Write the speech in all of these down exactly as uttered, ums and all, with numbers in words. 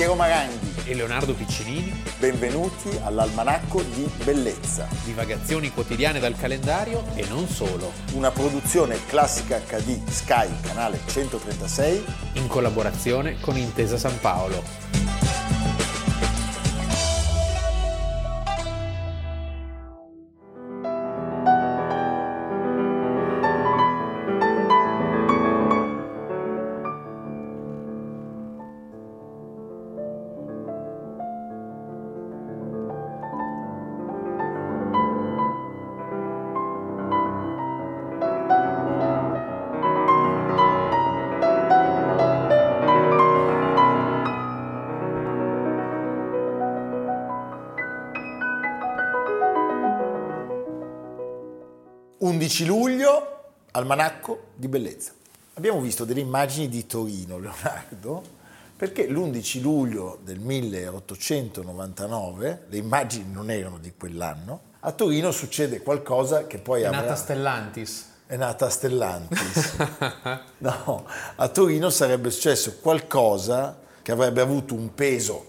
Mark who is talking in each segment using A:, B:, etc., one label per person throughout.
A: Piero Maranghi
B: e Leonardo Piccinini.
A: Benvenuti all'Almanacco di Bellezza.
B: Divagazioni quotidiane dal calendario e non solo.
A: Una produzione Classica acca di Sky, canale centotrentasei.
B: In collaborazione con Intesa San Paolo.
A: undici luglio, Almanacco di Bellezza. Abbiamo visto delle immagini di Torino, Leonardo, perché l'undici luglio del milleottocentonovantanove, le immagini non erano di quell'anno, a Torino succede qualcosa che poi
B: È
A: avrà...
B: nata Stellantis.
A: È nata Stellantis. No, a Torino sarebbe successo qualcosa che avrebbe avuto un peso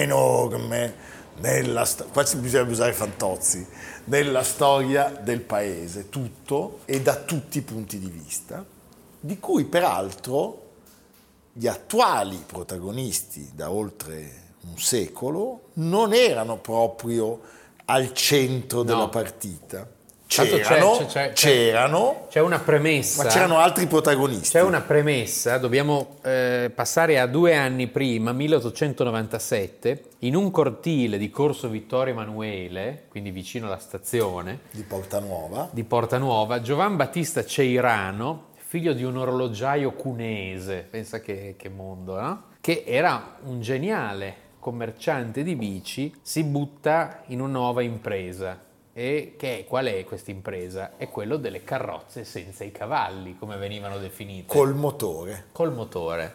A: enorme nella sto- qua bisognerebbe usare Fantozzi, nella storia del paese, tutto e da tutti i punti di vista, di cui peraltro gli attuali protagonisti da oltre un secolo non erano proprio al centro della
B: No.
A: partita.
B: Tanto
A: C'erano,
B: c'è, c'è, c'è,
A: c'erano,
B: c'è una premessa.
A: ma c'erano altri protagonisti.
B: C'è una premessa, dobbiamo eh, passare a due anni prima, milleottocentonovantasette, in un cortile di Corso Vittorio Emanuele, quindi vicino alla stazione
A: Di Portanuova.
B: di Portanuova, Giovan Battista Ceirano, figlio di un orologiaio cuneese, pensa che, che mondo, no? Che era un geniale commerciante di bici, si butta in una nuova impresa. E che, qual è questa impresa? È quello delle carrozze senza i cavalli, come venivano definite.
A: Col motore.
B: Col motore.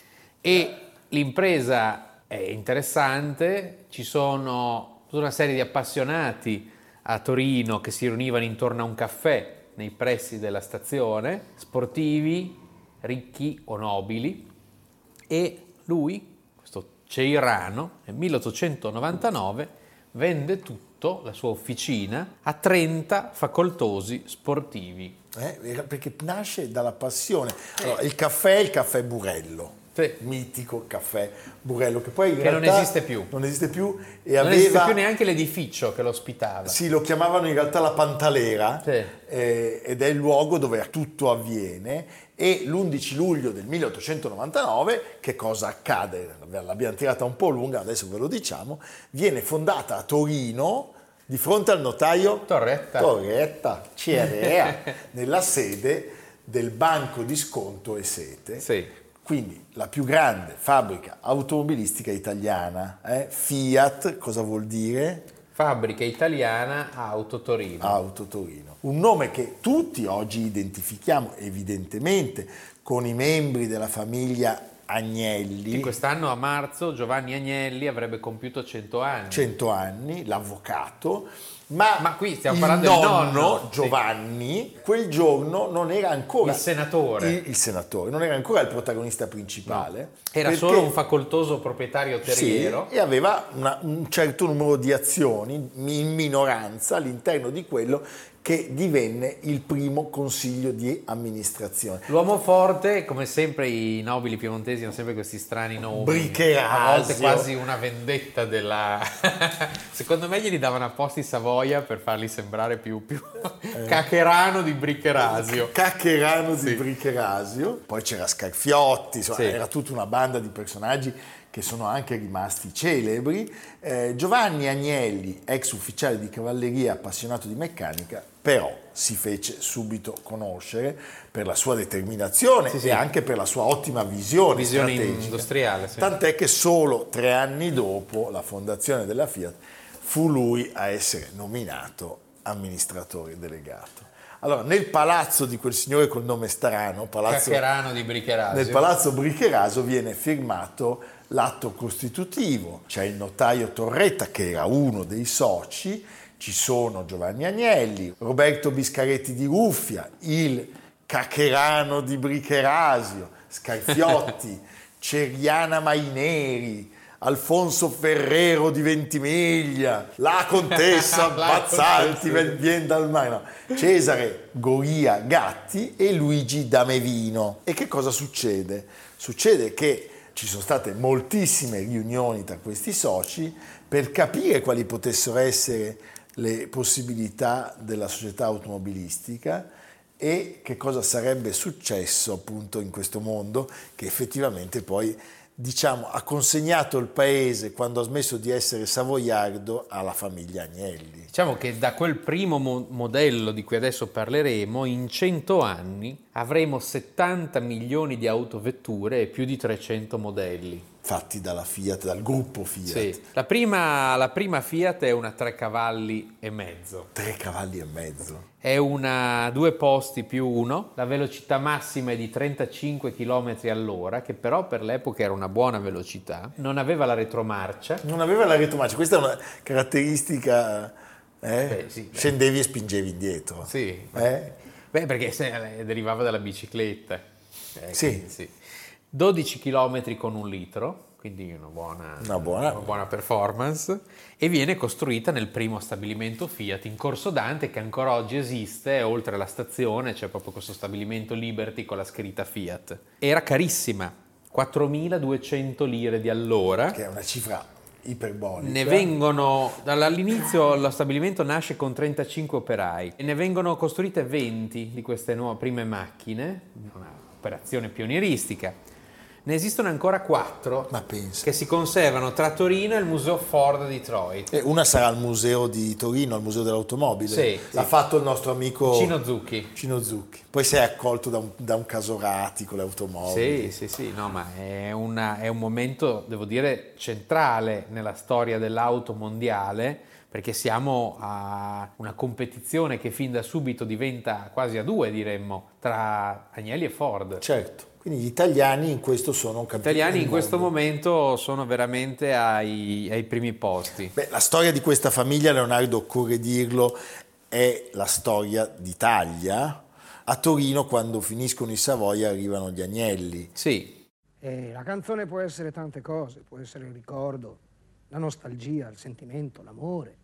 B: E l'impresa è interessante, ci sono tutta una serie di appassionati a Torino che si riunivano intorno a un caffè nei pressi della stazione, sportivi, ricchi o nobili, e lui, questo Ceirano, nel milleottocentonovantanove vende tutto, la sua officina, a trenta facoltosi sportivi.
A: Eh, perché nasce dalla passione. Allora, il caffè è il caffè Burello.
B: Sì.
A: Mitico caffè Burello, che poi in
B: Che
A: realtà
B: non esiste più.
A: Non esiste più e
B: Non
A: aveva...
B: esiste più neanche l'edificio che lo ospitava.
A: Sì, lo chiamavano in realtà la Pantalera,
B: Sì.
A: eh, ed è il luogo dove tutto avviene. E l'undici luglio del milleottocentonovantanove, che cosa accade? L'abbiamo tirata un po' lunga, adesso ve lo diciamo. Viene fondata a Torino, di fronte al notaio
B: Torretta.
A: Torretta, C R A, nella sede del Banco di Sconto e Sete.
B: Sì.
A: Quindi la più grande fabbrica automobilistica italiana. Eh? Fiat, cosa vuol dire?
B: Fabbrica italiana Auto Torino.
A: Auto Torino. Un nome che tutti oggi identifichiamo evidentemente con i membri della famiglia Agnelli.
B: Che quest'anno a marzo Giovanni Agnelli avrebbe compiuto cento anni.
A: cento anni, l'avvocato. Ma,
B: Ma qui stiamo
A: il
B: parlando del
A: nonno,
B: nonno,
A: Giovanni, sì. Quel giorno non era ancora
B: Il senatore.
A: Il, il senatore, non era ancora il protagonista principale.
B: No. Era
A: perché,
B: solo un facoltoso proprietario terriero.
A: Sì, e aveva una, un certo numero di azioni in minoranza all'interno di quello che divenne il primo consiglio di amministrazione.
B: L'uomo forte, come sempre i nobili piemontesi hanno sempre questi strani nomi.
A: Bricherasio.
B: A volte quasi una vendetta della... Secondo me glieli davano apposta i Savoia per farli sembrare più, più... Eh. Cacherano di Bricherasio.
A: Cacherano
B: sì.
A: di Bricherasio. Poi c'era Scarfiotti, insomma,
B: sì.
A: Era tutta una banda di personaggi che sono anche rimasti celebri. Eh, Giovanni Agnelli, ex ufficiale di cavalleria appassionato di meccanica, però si fece subito conoscere per la sua determinazione
B: sì,
A: e
B: sì.
A: anche per la sua ottima visione,
B: visione
A: strategica.
B: industriale. Sì.
A: Tant'è che solo tre anni dopo la fondazione della Fiat fu lui a essere nominato amministratore delegato. Allora, nel palazzo di quel signore col nome strano, palazzo,
B: Cacherano di Bricherasio.
A: nel palazzo Bricherasio viene firmato l'atto costitutivo. C'è il notaio Torretta, che era uno dei soci, ci sono Giovanni Agnelli, Roberto Biscaretti di Ruffia, il Cacherano di Bricherasio, Scarfiotti, Ceriana Maineri, Alfonso Ferrero di Ventimiglia, la contessa Bazzanti viene dal mare, no. Cesare Goria Gatti e Luigi Damevino. E che cosa succede? Succede che ci sono state moltissime riunioni tra questi soci per capire quali potessero essere le possibilità della società automobilistica e che cosa sarebbe successo appunto in questo mondo che effettivamente poi, diciamo, ha consegnato il paese, quando ha smesso di essere savoiardo, alla famiglia Agnelli.
B: Diciamo che da quel primo mo- modello di cui adesso parleremo, in cento anni avremo settanta milioni di autovetture e più di trecento modelli.
A: Fatti dalla Fiat, dal gruppo Fiat.
B: Sì. La prima, la prima Fiat è una tre cavalli e mezzo.
A: Tre cavalli e mezzo.
B: È una due posti più uno, la velocità massima è di trentacinque chilometri all'ora, che però per l'epoca era una buona velocità. Non aveva la retromarcia.
A: Non aveva la retromarcia, questa è una caratteristica, eh? Beh, sì, beh. Scendevi e spingevi indietro.
B: Sì.
A: Eh?
B: Beh, perché se, derivava dalla bicicletta. Eh,
A: sì.
B: Quindi, sì. dodici chilometri con un litro, quindi una buona,
A: una, buona.
B: una buona performance, e viene costruita nel primo stabilimento Fiat in Corso Dante, che ancora oggi esiste. Oltre alla stazione c'è proprio questo stabilimento Liberty con la scritta Fiat. Era carissima, quattromiladuecento lire di allora.
A: Che è una cifra iperbolica.
B: Ne vengono, dall'inizio lo stabilimento nasce con trentacinque operai e ne vengono costruite venti di queste nuove prime macchine, un'operazione pionieristica. Ne esistono ancora quattro che si conservano tra Torino e il Museo Ford di Detroit.
A: E una sarà al Museo di Torino, al Museo dell'Automobile.
B: Sì,
A: L'ha
B: sì.
A: fatto il nostro amico
B: Cino Zucchi.
A: Cino Zucchi. Poi sei accolto da un, da un Casorati con le automobili.
B: Sì, sì, sì, no, ma è, una, è un momento, devo dire, centrale nella storia dell'auto mondiale, perché siamo a una competizione che fin da subito diventa quasi a due, diremmo, tra Agnelli e Ford.
A: Certo. Quindi gli italiani in questo sono un campione.
B: Gli italiani in
A: mondo.
B: questo momento sono veramente ai, ai primi posti.
A: Beh, la storia di questa famiglia, Leonardo, occorre dirlo, è la storia d'Italia. A Torino, quando finiscono i Savoia, arrivano gli Agnelli.
B: Sì.
C: E la canzone può essere tante cose, può essere il ricordo, la nostalgia, il sentimento, l'amore.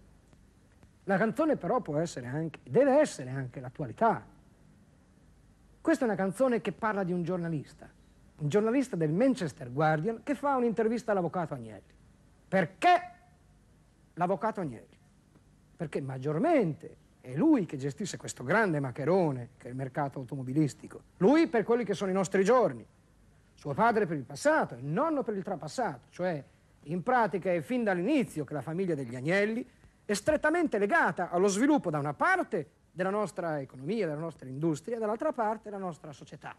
C: La canzone però può essere anche, deve essere anche l'attualità. Questa è una canzone che parla di un giornalista, un giornalista del Manchester Guardian che fa un'intervista all'avvocato Agnelli. Perché l'avvocato Agnelli? Perché maggiormente è lui che gestisce questo grande maccherone che è il mercato automobilistico. Lui per quelli che sono i nostri giorni, suo padre per il passato, il nonno per il trapassato, cioè in pratica è fin dall'inizio che la famiglia degli Agnelli è strettamente legata allo sviluppo da una parte della nostra economia, della nostra industria, e dall'altra parte della nostra società.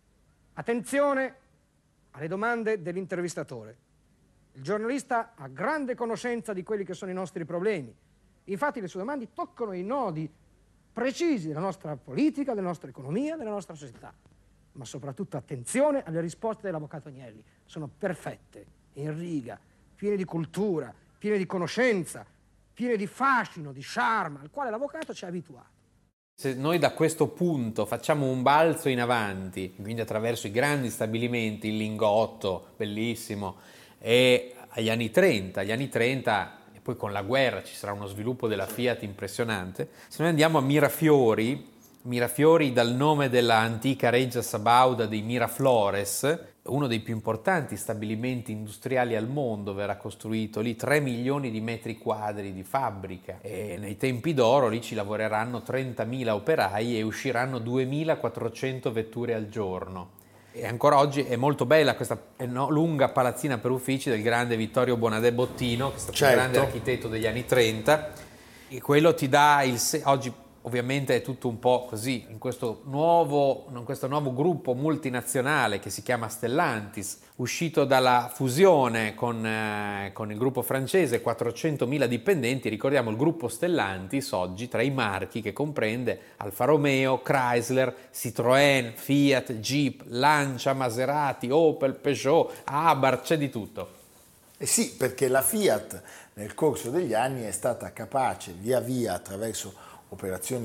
C: Attenzione alle domande dell'intervistatore. Il giornalista ha grande conoscenza di quelli che sono i nostri problemi. Infatti le sue domande toccano i nodi precisi della nostra politica, della nostra economia, della nostra società. Ma soprattutto attenzione alle risposte dell'avvocato Agnelli. Sono perfette, in riga, piene di cultura, piene di conoscenza, piene di fascino, di charme, al quale l'avvocato ci ha abituato.
B: Se noi da questo punto facciamo un balzo in avanti, quindi attraverso i grandi stabilimenti, il Lingotto, bellissimo, e agli anni trenta, agli anni trenta, e poi con la guerra ci sarà uno sviluppo della Fiat impressionante. Se noi andiamo a Mirafiori, Mirafiori dal nome della antica Reggia Sabauda dei Miraflores, uno dei più importanti stabilimenti industriali al mondo, verrà costruito lì, tre milioni di metri quadri di fabbrica, e nei tempi d'oro lì ci lavoreranno trentamila operai e usciranno duemilaquattrocento vetture al giorno. E ancora oggi è molto bella questa lunga palazzina per uffici del grande Vittorio Bonadè Bottino, che è stato
A: certo.
B: un grande architetto degli anni trenta, e quello ti dà il se- oggi ovviamente è tutto un po' così, in questo nuovo, in questo nuovo gruppo multinazionale che si chiama Stellantis, uscito dalla fusione con, eh, con il gruppo francese, quattrocentomila dipendenti. Ricordiamo il gruppo Stellantis oggi tra i marchi che comprende Alfa Romeo, Chrysler, Citroën, Fiat, Jeep, Lancia, Maserati, Opel, Peugeot, Abarth, c'è di tutto.
A: Eh sì, perché la Fiat nel corso degli anni è stata capace via via attraverso operazioni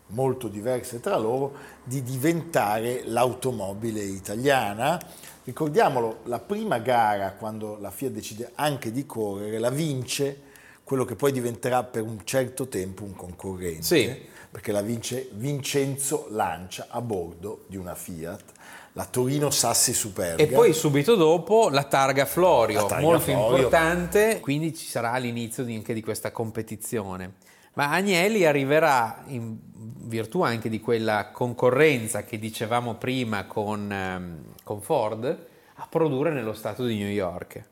A: molto diverse tra loro, di diventare l'automobile italiana. Ricordiamolo, la prima gara, quando la Fiat decide anche di correre, la vince quello che poi diventerà per un certo tempo un concorrente,
B: sì.
A: perché la vince Vincenzo Lancia a bordo di una Fiat, la Torino Sassi Superga.
B: E poi subito dopo la Targa Florio,
A: La Targa
B: molto
A: Florio.
B: importante, quindi ci sarà l'inizio di, anche di questa competizione. Ma Agnelli arriverà, in virtù anche di quella concorrenza che dicevamo prima con, ehm, con Ford, a produrre nello stato di New York.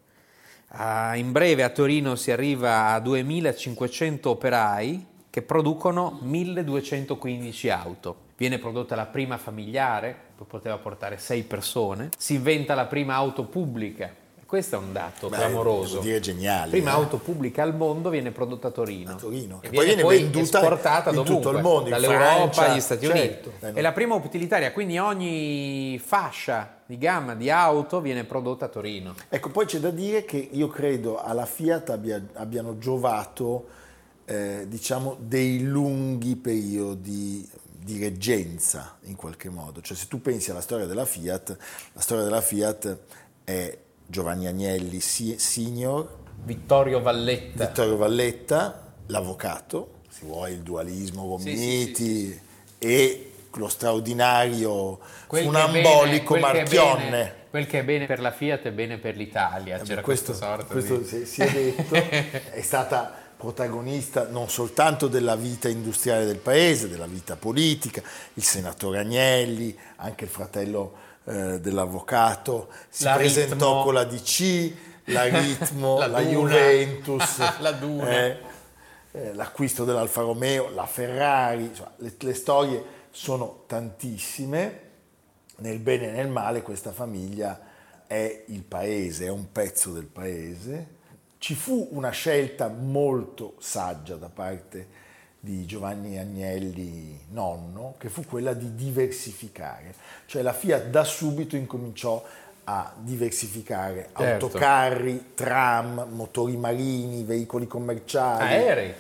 B: Uh, in breve a Torino si arriva a duemilacinquecento operai che producono milleduecentoquindici auto. Viene prodotta la prima familiare, poi poteva portare sei persone. Si inventa la prima auto pubblica. Questo è un dato
A: Beh,
B: clamoroso.
A: devo dire geniale.
B: Prima
A: eh?
B: auto pubblica al mondo viene prodotta a Torino.
A: A Torino.
B: E
A: Che poi
B: viene
A: viene
B: poi
A: venduta
B: esportata
A: in
B: dovunque,
A: tutto il mondo, in
B: dall'Europa
A: Francia,
B: agli Stati
A: certo.
B: Uniti.
A: Eh, no.
B: È la prima utilitaria, quindi ogni fascia di gamma di auto viene prodotta a Torino.
A: Ecco, poi c'è da dire che io credo alla Fiat abbia, abbiano giovato eh, diciamo dei lunghi periodi di reggenza in qualche modo. Cioè, se tu pensi alla storia della Fiat, la storia della Fiat è Giovanni Agnelli senior,
B: Vittorio Valletta.
A: Vittorio Valletta, l'avvocato, si vuole il dualismo Romiti,
B: Sì, sì, sì, sì.
A: e lo straordinario
B: Quel
A: funambolico
B: che è bene, quel
A: Marchionne.
B: Che è bene, quel che è bene per la Fiat è bene per l'Italia. C'era
A: questo,
B: questa sorta
A: questo
B: di...
A: si, si è detto, è stata protagonista non soltanto della vita industriale del paese, della vita politica, il senatore Agnelli, anche il fratello eh, dell'avvocato, si
B: La
A: presentò
B: Ritmo.
A: con la D C, la Ritmo,
B: La
A: la,
B: Duna.
A: Juventus,
B: La Duna.
A: eh, eh, l'acquisto dell'Alfa Romeo, la Ferrari, insomma, le, le storie sono tantissime. Nel bene e nel male questa famiglia è il paese, è un pezzo del paese. Ci fu una scelta molto saggia da parte di Giovanni Agnelli nonno, che fu quella di diversificare. Cioè la Fiat da subito incominciò a diversificare
B: Certo.
A: autocarri, tram, motori marini, veicoli commerciali,
B: Aerei.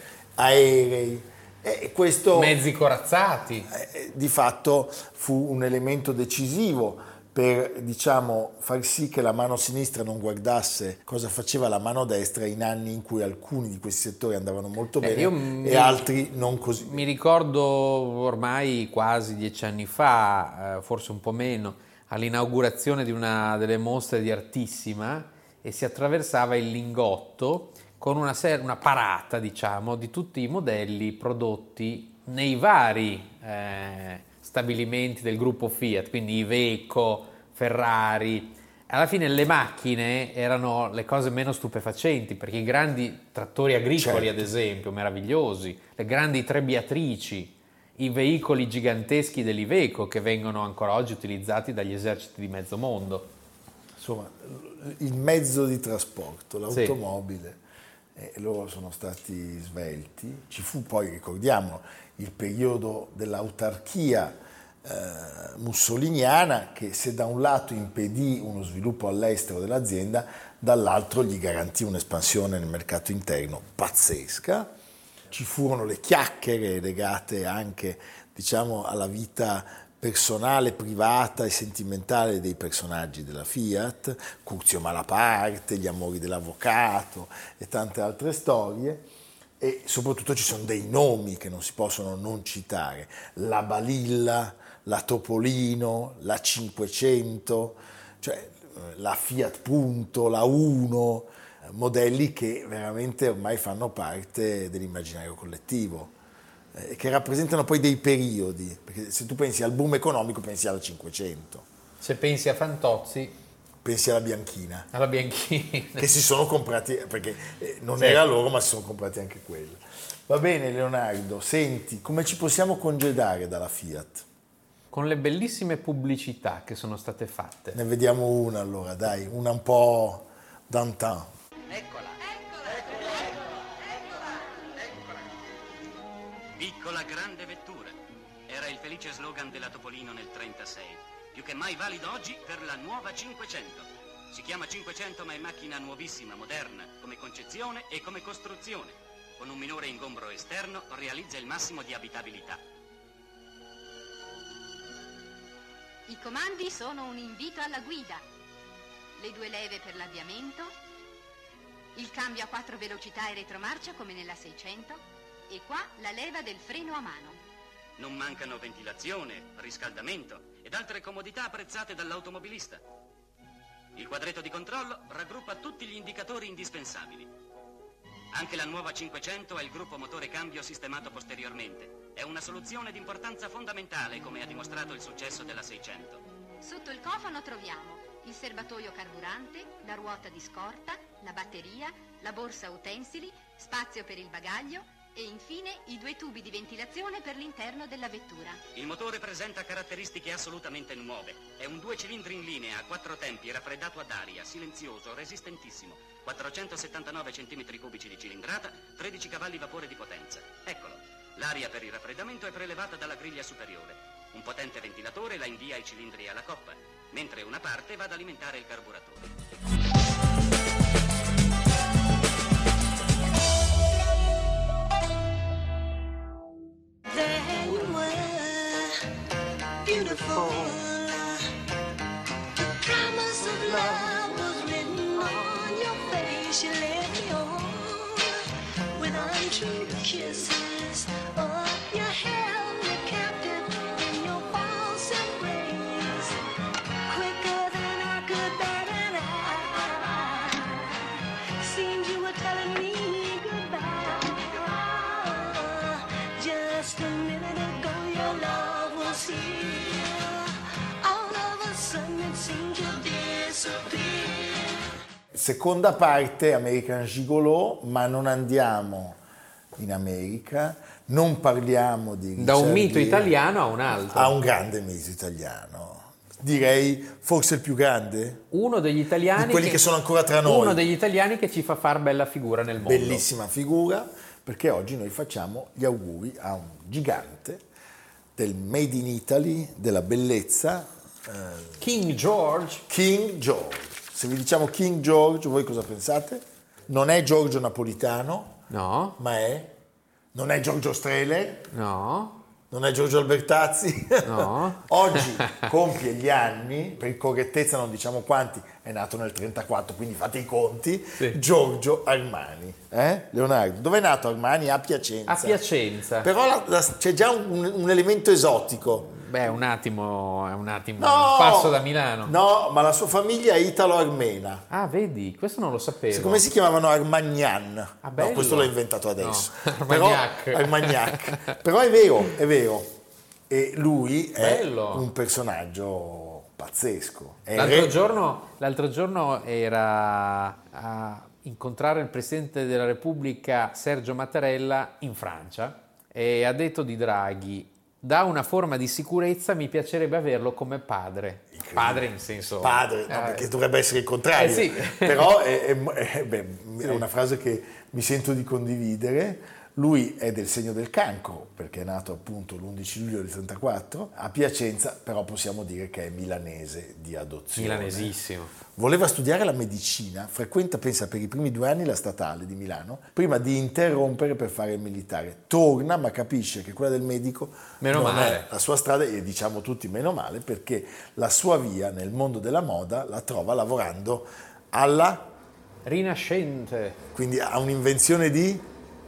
A: aerei. E questo
B: Mezzi corazzati.
A: eh, di fatto fu un elemento decisivo per, diciamo, far sì che la mano sinistra non guardasse cosa faceva la mano destra in anni in cui alcuni di questi settori andavano molto
B: Eh,
A: bene
B: io
A: e
B: mi-
A: altri non così.
B: Mi ricordo ormai quasi dieci anni fa, eh, forse un po' meno, all'inaugurazione di una delle mostre di Artissima e si attraversava il Lingotto con una, ser- una parata, diciamo, di tutti i modelli prodotti nei vari eh, stabilimenti del gruppo Fiat, quindi Iveco, Ferrari. Alla fine le macchine erano le cose meno stupefacenti, perché i grandi trattori agricoli,
A: Certo.
B: ad esempio, meravigliosi, le grandi trebbiatrici, i veicoli giganteschi dell'Iveco che vengono ancora oggi utilizzati dagli eserciti di mezzo mondo.
A: Insomma, il mezzo di trasporto, l'automobile, e loro sono stati svelti. Ci fu poi, ricordiamo, il periodo dell'autarchia eh, mussoliniana che, se da un lato impedì uno sviluppo all'estero dell'azienda, dall'altro gli garantì un'espansione nel mercato interno pazzesca. Ci furono le chiacchiere legate anche, diciamo, alla vita personale, privata e sentimentale dei personaggi della Fiat, Curzio Malaparte, gli amori dell'avvocato e tante altre storie, e soprattutto ci sono dei nomi che non si possono non citare: la Balilla, la Topolino, la cinquecento, cioè la Fiat Punto, la Uno, modelli che veramente ormai fanno parte dell'immaginario collettivo, eh, che rappresentano poi dei periodi, perché se tu pensi al boom economico pensi alla cinquecento,
B: Se pensi a Fantozzi,
A: pensi alla Bianchina,
B: alla Bianchina.
A: che si sono comprati, perché eh, non
B: Sì.
A: era loro ma si sono comprati anche quella. Va bene Leonardo, senti, come ci possiamo congedare dalla Fiat?
B: Con le bellissime pubblicità che sono state fatte.
A: Ne vediamo una allora, dai, una un po' d'antan.
D: Eccola. Piccola grande vettura. Era il felice slogan della Topolino nel trentasei. Più che mai valido oggi per la nuova cinquecento. Si chiama cinquecento ma è macchina nuovissima, moderna, come concezione e come costruzione. Con un minore ingombro esterno realizza il massimo di abitabilità.
E: I comandi sono un invito alla guida. Le due leve per l'avviamento, il cambio a quattro velocità e retromarcia come nella seicento e qua la leva del freno a mano.
D: Non mancano ventilazione, riscaldamento ed altre comodità apprezzate dall'automobilista. Il quadretto di controllo raggruppa tutti gli indicatori indispensabili. Anche la nuova cinquecento ha il gruppo motore cambio sistemato posteriormente. È una soluzione di importanza fondamentale, come ha dimostrato il successo della seicento.
E: Sotto il cofano troviamo il serbatoio carburante, la ruota di scorta, la batteria, la borsa utensili, spazio per il bagaglio e infine i due tubi di ventilazione per l'interno della vettura.
D: Il motore presenta caratteristiche assolutamente nuove. È un due cilindri in linea a quattro tempi, raffreddato ad aria, silenzioso, resistentissimo. quattrocentosettantanove centimetri cubici di cilindrata, tredici cavalli vapore di potenza. Eccolo. L'aria per il raffreddamento è prelevata dalla griglia superiore. Un potente ventilatore la invia ai cilindri e alla coppa, mentre una parte va ad alimentare il carburatore.
F: Beautiful. The promise of love was written on your face. You led me on with untrue kisses. Oh, you held me captive in your false embrace. Quicker than I could bat an eye. Seems you were telling me goodbye. Just a minute ago, your love was here.
A: Seconda parte, American Gigolo, ma non andiamo in America, non parliamo di Richard
B: Da un mito
A: Gere
B: italiano a un altro.
A: a un grande mito italiano, direi forse il più grande,
B: Uno degli italiani
A: di quelli che, sono ancora tra noi.
B: Uno degli italiani che ci fa far bella figura nel mondo.
A: Bellissima figura, perché oggi noi facciamo gli auguri a un gigante del Made in Italy, della bellezza,
B: King George.
A: King George. Se vi diciamo King George, voi cosa pensate? Non è Giorgio Napolitano,
B: No,
A: ma è, non è Giorgio Strehler,
B: no,
A: non è Giorgio Albertazzi.
B: No.
A: Oggi compie gli anni, per correttezza non diciamo quanti, è nato nel trentaquattro, quindi fate i conti,
B: Sì.
A: Giorgio Armani. Eh? Leonardo, dove è nato Armani? A Piacenza.
B: a Piacenza.
A: Però la- la- c'è già un, un elemento esotico.
B: Beh, un attimo, è un attimo,
A: No!
B: un passo da Milano.
A: No, ma la sua famiglia è italo-armena.
B: Ah, vedi, questo non lo sapevo.
A: Come si chiamavano Armagnan?
B: Ah,
A: No,
B: bello.
A: questo l'ho inventato adesso.
B: No,
A: Però,
B: Armagnac.
A: Armagnac. Però è vero, è vero. E lui è
B: Bello.
A: un personaggio pazzesco. È
B: L'altro
A: re-
B: giorno, l'altro giorno era a incontrare il Presidente della Repubblica Sergio Mattarella in Francia e ha detto di Draghi: da una forma di sicurezza mi piacerebbe averlo come padre. Padre in senso...
A: Padre, no,
B: eh,
A: perché dovrebbe essere il contrario.
B: Eh, sì.
A: Però è, è- è- beh, è una frase che mi sento di condividere. Lui è del segno del cancro, perché è nato appunto l'undici luglio del trentaquattro, a Piacenza, però possiamo dire che è milanese di adozione.
B: Milanesissimo.
A: Voleva studiare la medicina, frequenta, pensa, per i primi due anni la statale di Milano, prima di interrompere per fare il militare. Torna, ma capisce che quella del medico
B: Meno
A: non
B: male.
A: è la sua strada, e diciamo tutti meno male, perché la sua via nel mondo della moda la trova lavorando alla,
B: Rinascente.
A: quindi a un'invenzione di,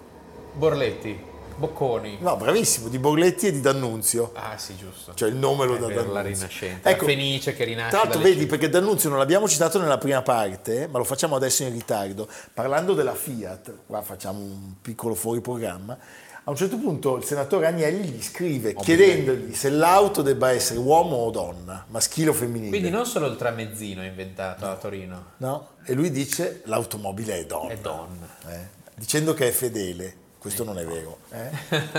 B: Borletti. Bocconi.
A: no, bravissimo, di Borletti e di D'Annunzio.
B: Ah sì, giusto.
A: Cioè il nome lo
B: È
A: dà
B: vero, la
A: D'Annunzio.
B: Rinascente. La Fenice che rinasce
A: Tra l'altro
B: dalle
A: vedi, perché D'Annunzio non l'abbiamo citato nella prima parte, ma lo facciamo adesso in ritardo. Parlando della Fiat, qua facciamo un piccolo fuori programma, a un certo punto il senatore Agnelli gli scrive chiedendogli se l'auto debba essere uomo o donna, maschile o femminile.
B: Quindi non solo il tramezzino è inventato a Torino,
A: No? E lui dice l'automobile è donna.
B: è donna.
A: Eh? Dicendo che è fedele. Questo non è vero. Eh?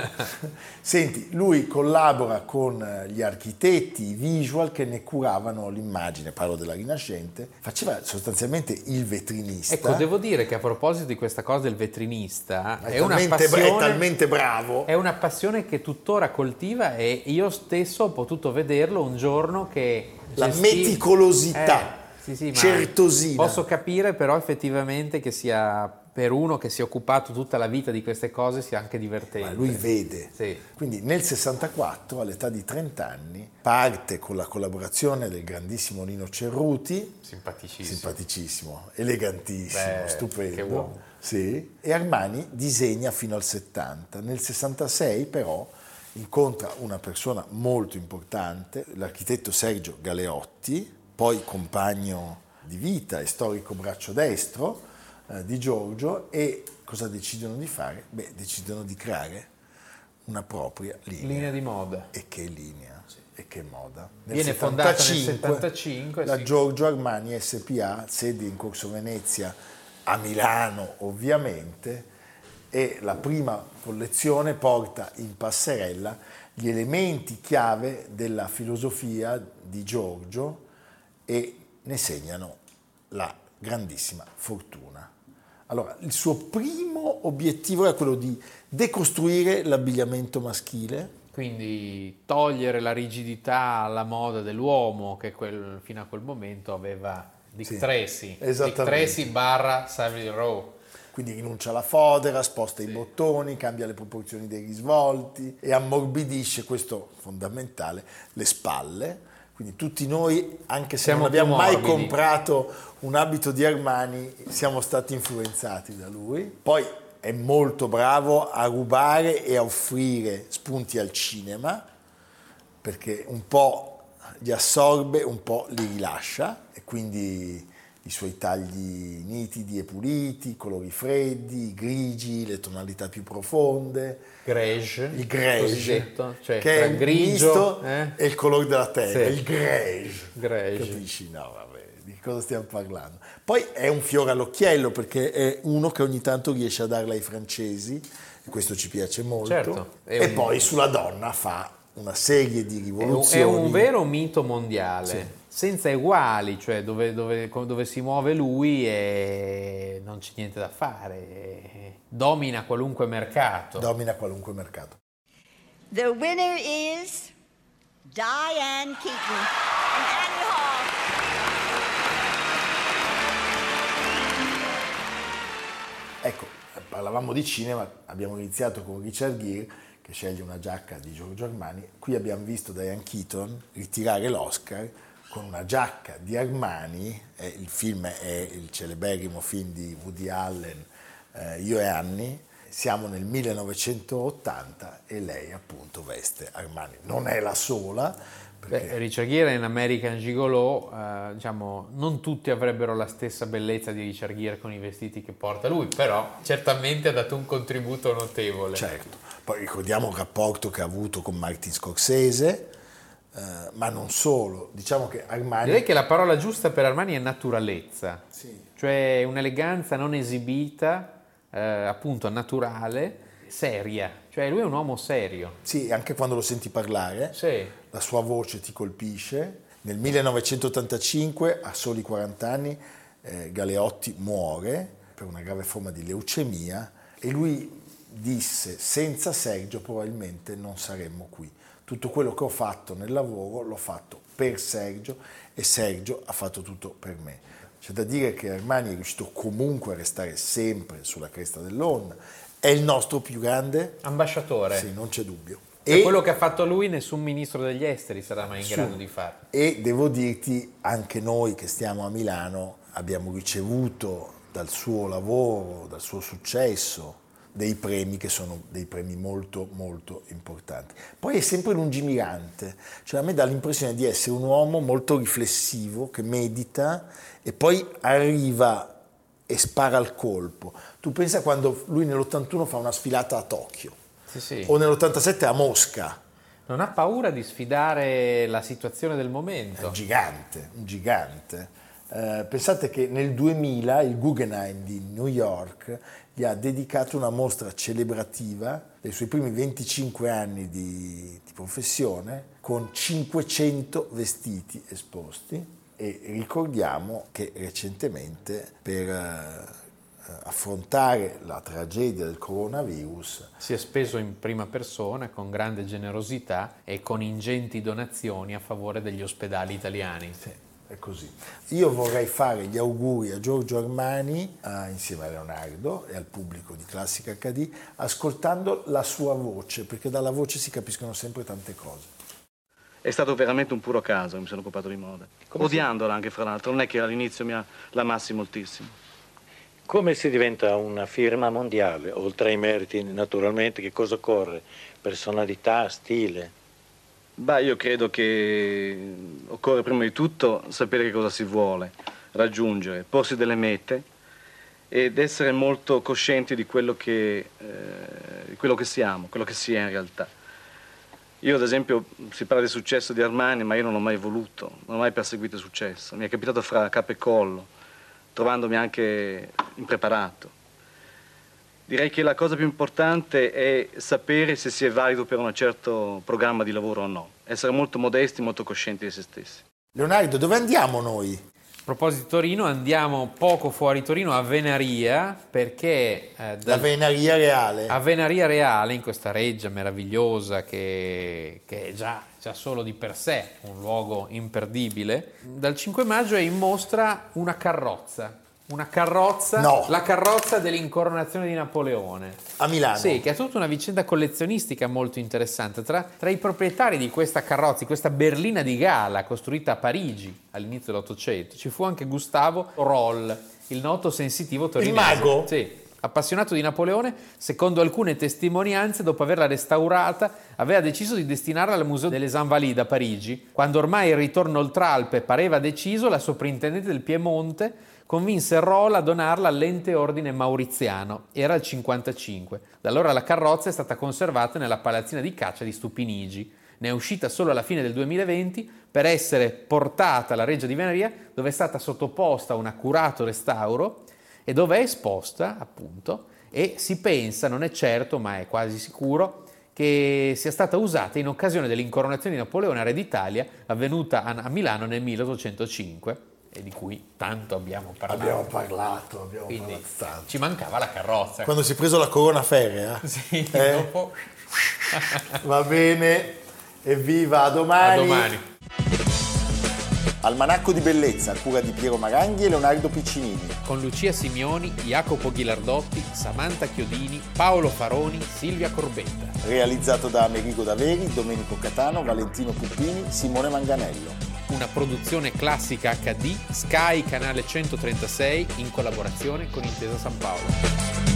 A: Senti, lui collabora con gli architetti, i visual che ne curavano l'immagine, parlo della Rinascente, faceva sostanzialmente il vetrinista.
B: Ecco, devo dire che a proposito di questa cosa del vetrinista,
A: è,
B: è, una
A: talmente, bra-
B: passione,
A: è talmente bravo.
B: è una passione che tuttora coltiva e io stesso ho potuto vederlo un giorno che...
A: La
B: gestì-
A: meticolosità,
B: Eh, sì, sì, ma
A: certosina.
B: posso capire però effettivamente che sia per uno che si è occupato tutta la vita di queste cose sia anche divertente.
A: Ma lui vede.
B: Sì.
A: Quindi nel sessantaquattro, all'età di trenta anni, parte con la collaborazione del grandissimo Nino Cerruti,
B: Simpaticissimo.
A: simpaticissimo, elegantissimo,
B: Beh,
A: stupendo.
B: che uomo.
A: Sì. E Armani disegna fino al settanta. Nel sessantasei però incontra una persona molto importante, l'architetto Sergio Galeotti, poi compagno di vita e storico braccio destro eh, di Giorgio, e cosa decidono di fare? Beh, decidono di creare una propria linea.
B: Linea di moda.
A: E che linea, e che moda. Nel
B: Viene fondata nel settantacinque,
A: la
B: sì.
A: Giorgio Armani S P A, sede in Corso Venezia a Milano ovviamente, e la prima collezione porta in passerella gli elementi chiave della filosofia di Giorgio e ne segnano la grandissima fortuna. Allora, il suo primo obiettivo era quello di decostruire l'abbigliamento maschile.
B: Quindi togliere la rigidità alla moda dell'uomo che quel, fino a quel momento aveva Dick
A: Sì,
B: Tracy. Dick
A: esattamente.
B: Tracy barra Savile Row.
A: Quindi rinuncia alla fodera, sposta i bottoni, cambia le proporzioni dei risvolti e ammorbidisce, questo fondamentale, le spalle. Quindi tutti noi, anche se
B: Siamo
A: non abbiamo
B: più
A: mai
B: morbidi.
A: comprato un abito di Armani, siamo stati influenzati da lui. Poi è molto bravo a rubare e a offrire spunti al cinema, perché un po' li assorbe, un po' li rilascia, e quindi i suoi tagli nitidi e puliti, i colori freddi, i grigi, le tonalità più profonde,
B: Grege,
A: il grege,
B: cosiddetto, cioè
A: che
B: tra
A: è il
B: grigio
A: misto
B: eh?
A: e il colore della terra,
B: Sì.
A: il grege.
B: Grege.
A: Capisci? No, vabbè, di cosa stiamo parlando? Poi è un fiore all'occhiello, perché è uno che ogni tanto riesce a darla ai francesi, e questo ci piace molto.
B: Certo, è
A: e
B: un-
A: poi sulla donna fa una serie di
B: È un,
A: rivoluzioni.
B: è un vero mito mondiale,
A: Sì.
B: senza eguali, cioè dove, dove- dove si muove lui e non c'è niente da fare, e domina qualunque mercato.
A: Domina qualunque mercato.
G: The winner is Diane Keaton and Annie Hall.
A: Ecco, parlavamo di cinema, abbiamo iniziato con Richard Gere, che sceglie una giacca di Giorgio Armani. Qui abbiamo visto Diane Keaton ritirare l'Oscar con una giacca di Armani. Eh, il film è il celeberrimo film di Woody Allen, eh, Io e Annie. Siamo nel millenovecentottanta e lei appunto veste Armani. Non è la sola, perché
B: Beh, Richard Gere in American Gigolo, eh, diciamo, non tutti avrebbero la stessa bellezza di Richard Gere con i vestiti che porta lui, però certamente ha dato un contributo notevole.
A: certo. Poi ricordiamo il rapporto che ha avuto con Martin Scorsese, eh, ma non solo. Diciamo che Armani...
B: Direi che la parola giusta per Armani è naturalezza,
A: Sì.
B: cioè un'eleganza non esibita, eh, appunto naturale, seria, cioè lui è un uomo serio.
A: Sì, anche quando lo senti parlare,
B: Sì.
A: la sua voce ti colpisce. Nel millenovecentottantacinque, a soli quaranta anni, eh, Galeotti muore per una grave forma di leucemia, e lui disse: senza Sergio probabilmente non saremmo qui. Tutto quello che ho fatto nel lavoro l'ho fatto per Sergio, e Sergio ha fatto tutto per me. C'è da dire che Armani è riuscito comunque a restare sempre sulla cresta dell'onda. È il nostro più grande?
B: Ambasciatore.
A: Sì, non c'è dubbio.
B: E quello che ha fatto lui nessun ministro degli esteri sarà mai in
A: Su.
B: grado di fare.
A: E devo dirti, anche noi che stiamo a Milano abbiamo ricevuto dal suo lavoro, dal suo successo, dei premi che sono dei premi molto molto importanti. Poi è sempre lungimirante, cioè a me dà l'impressione di essere un uomo molto riflessivo, che medita e poi arriva e spara al colpo. Tu pensa quando lui nell'ottantuno fa una sfilata a Tokyo,
B: Sì, sì.
A: o nell'ottantasette a Mosca.
B: Non ha paura di sfidare la situazione del
A: È
B: momento.
A: un gigante, un gigante. Eh, pensate che nel duemila il Guggenheim di New York gli ha dedicato una mostra celebrativa dei suoi primi venticinque anni di, di professione, con cinquecento vestiti esposti. E ricordiamo che recentemente, per eh, affrontare la tragedia del coronavirus,
B: Si è speso in prima persona con grande generosità e con ingenti donazioni a favore degli ospedali italiani.
A: Sì, è così. Io vorrei fare gli auguri a Giorgio Armani, eh, insieme a Leonardo e al pubblico di Classica acca di, ascoltando la sua voce, perché dalla voce si capiscono sempre tante cose.
H: È stato veramente un puro caso che mi sono occupato di moda. Come odiandola anche, fra l'altro, non è che all'inizio mi l'amassi moltissimo.
I: Come si diventa una firma mondiale, oltre ai meriti naturalmente, che cosa occorre? Personalità, stile?
H: Beh, io credo che occorre prima di tutto sapere che cosa si vuole raggiungere, porsi delle mete ed essere molto coscienti di quello che, eh, di quello che siamo, quello che si è in realtà. Io ad esempio, si parla di successo di Armani, ma io non ho mai voluto, non ho mai perseguito il successo. Mi è capitato fra capo e collo, trovandomi anche impreparato. Direi che la cosa più importante è sapere se si è valido per un certo programma di lavoro o no. Essere molto modesti, molto coscienti di se stessi.
A: Leonardo, dove andiamo noi?
B: A proposito di Torino, andiamo poco fuori Torino, a Venaria, perché... Eh, dal...
A: La Venaria Reale.
B: A Venaria Reale, in questa reggia meravigliosa che, che è già, già solo di per sé un luogo imperdibile, dal cinque maggio è in mostra una carrozza. Una carrozza,
A: no.
B: La carrozza dell'incoronazione di Napoleone.
A: A Milano.
B: Sì, che ha tutta una vicenda collezionistica molto interessante. Tra, tra i proprietari di questa carrozza, di questa berlina di gala costruita a Parigi all'inizio dell'Ottocento, ci fu anche Gustavo Roll, il noto sensitivo torinese.
A: Il mago?
B: Sì. Appassionato di Napoleone, secondo alcune testimonianze, dopo averla restaurata, aveva deciso di destinarla al Museo des Invalides a Parigi. Quando ormai il ritorno oltre Alpe pareva deciso, la soprintendente del Piemonte convinse Roll a donarla all'ente ordine mauriziano. Era il cinquantacinque. Da allora la carrozza è stata conservata nella palazzina di caccia di Stupinigi. Ne è uscita solo alla fine del duemilaventi per essere portata alla Reggia di Venaria, dove è stata sottoposta a un accurato restauro e dove è esposta, appunto, e si pensa, non è certo, ma è quasi sicuro, che sia stata usata in occasione dell'incoronazione di Napoleone a Re d'Italia, avvenuta a Milano nel milleottocentocinque. E di cui tanto abbiamo parlato.
A: Abbiamo parlato, abbiamo
B: Quindi
A: parlato tanto.
B: Ci mancava la carrozza.
A: Quando si è preso la corona ferrea.
B: Sì,
A: eh?
B: dopo...
A: Va bene, evviva, a domani.
B: A domani.
A: Almanacco di bellezza, a cura di Piero Maranghi e Leonardo Piccinini.
B: Con Lucia Simioni, Jacopo Ghilardotti, Samantha Chiodini, Paolo Faroni, Silvia Corbetta.
A: Realizzato da Amerigo Daveri, Domenico Catano, Valentino Puppini, Simone Manganello.
B: Una produzione Classica acca di, Sky Canale centotrentasei in collaborazione con Intesa San Paolo.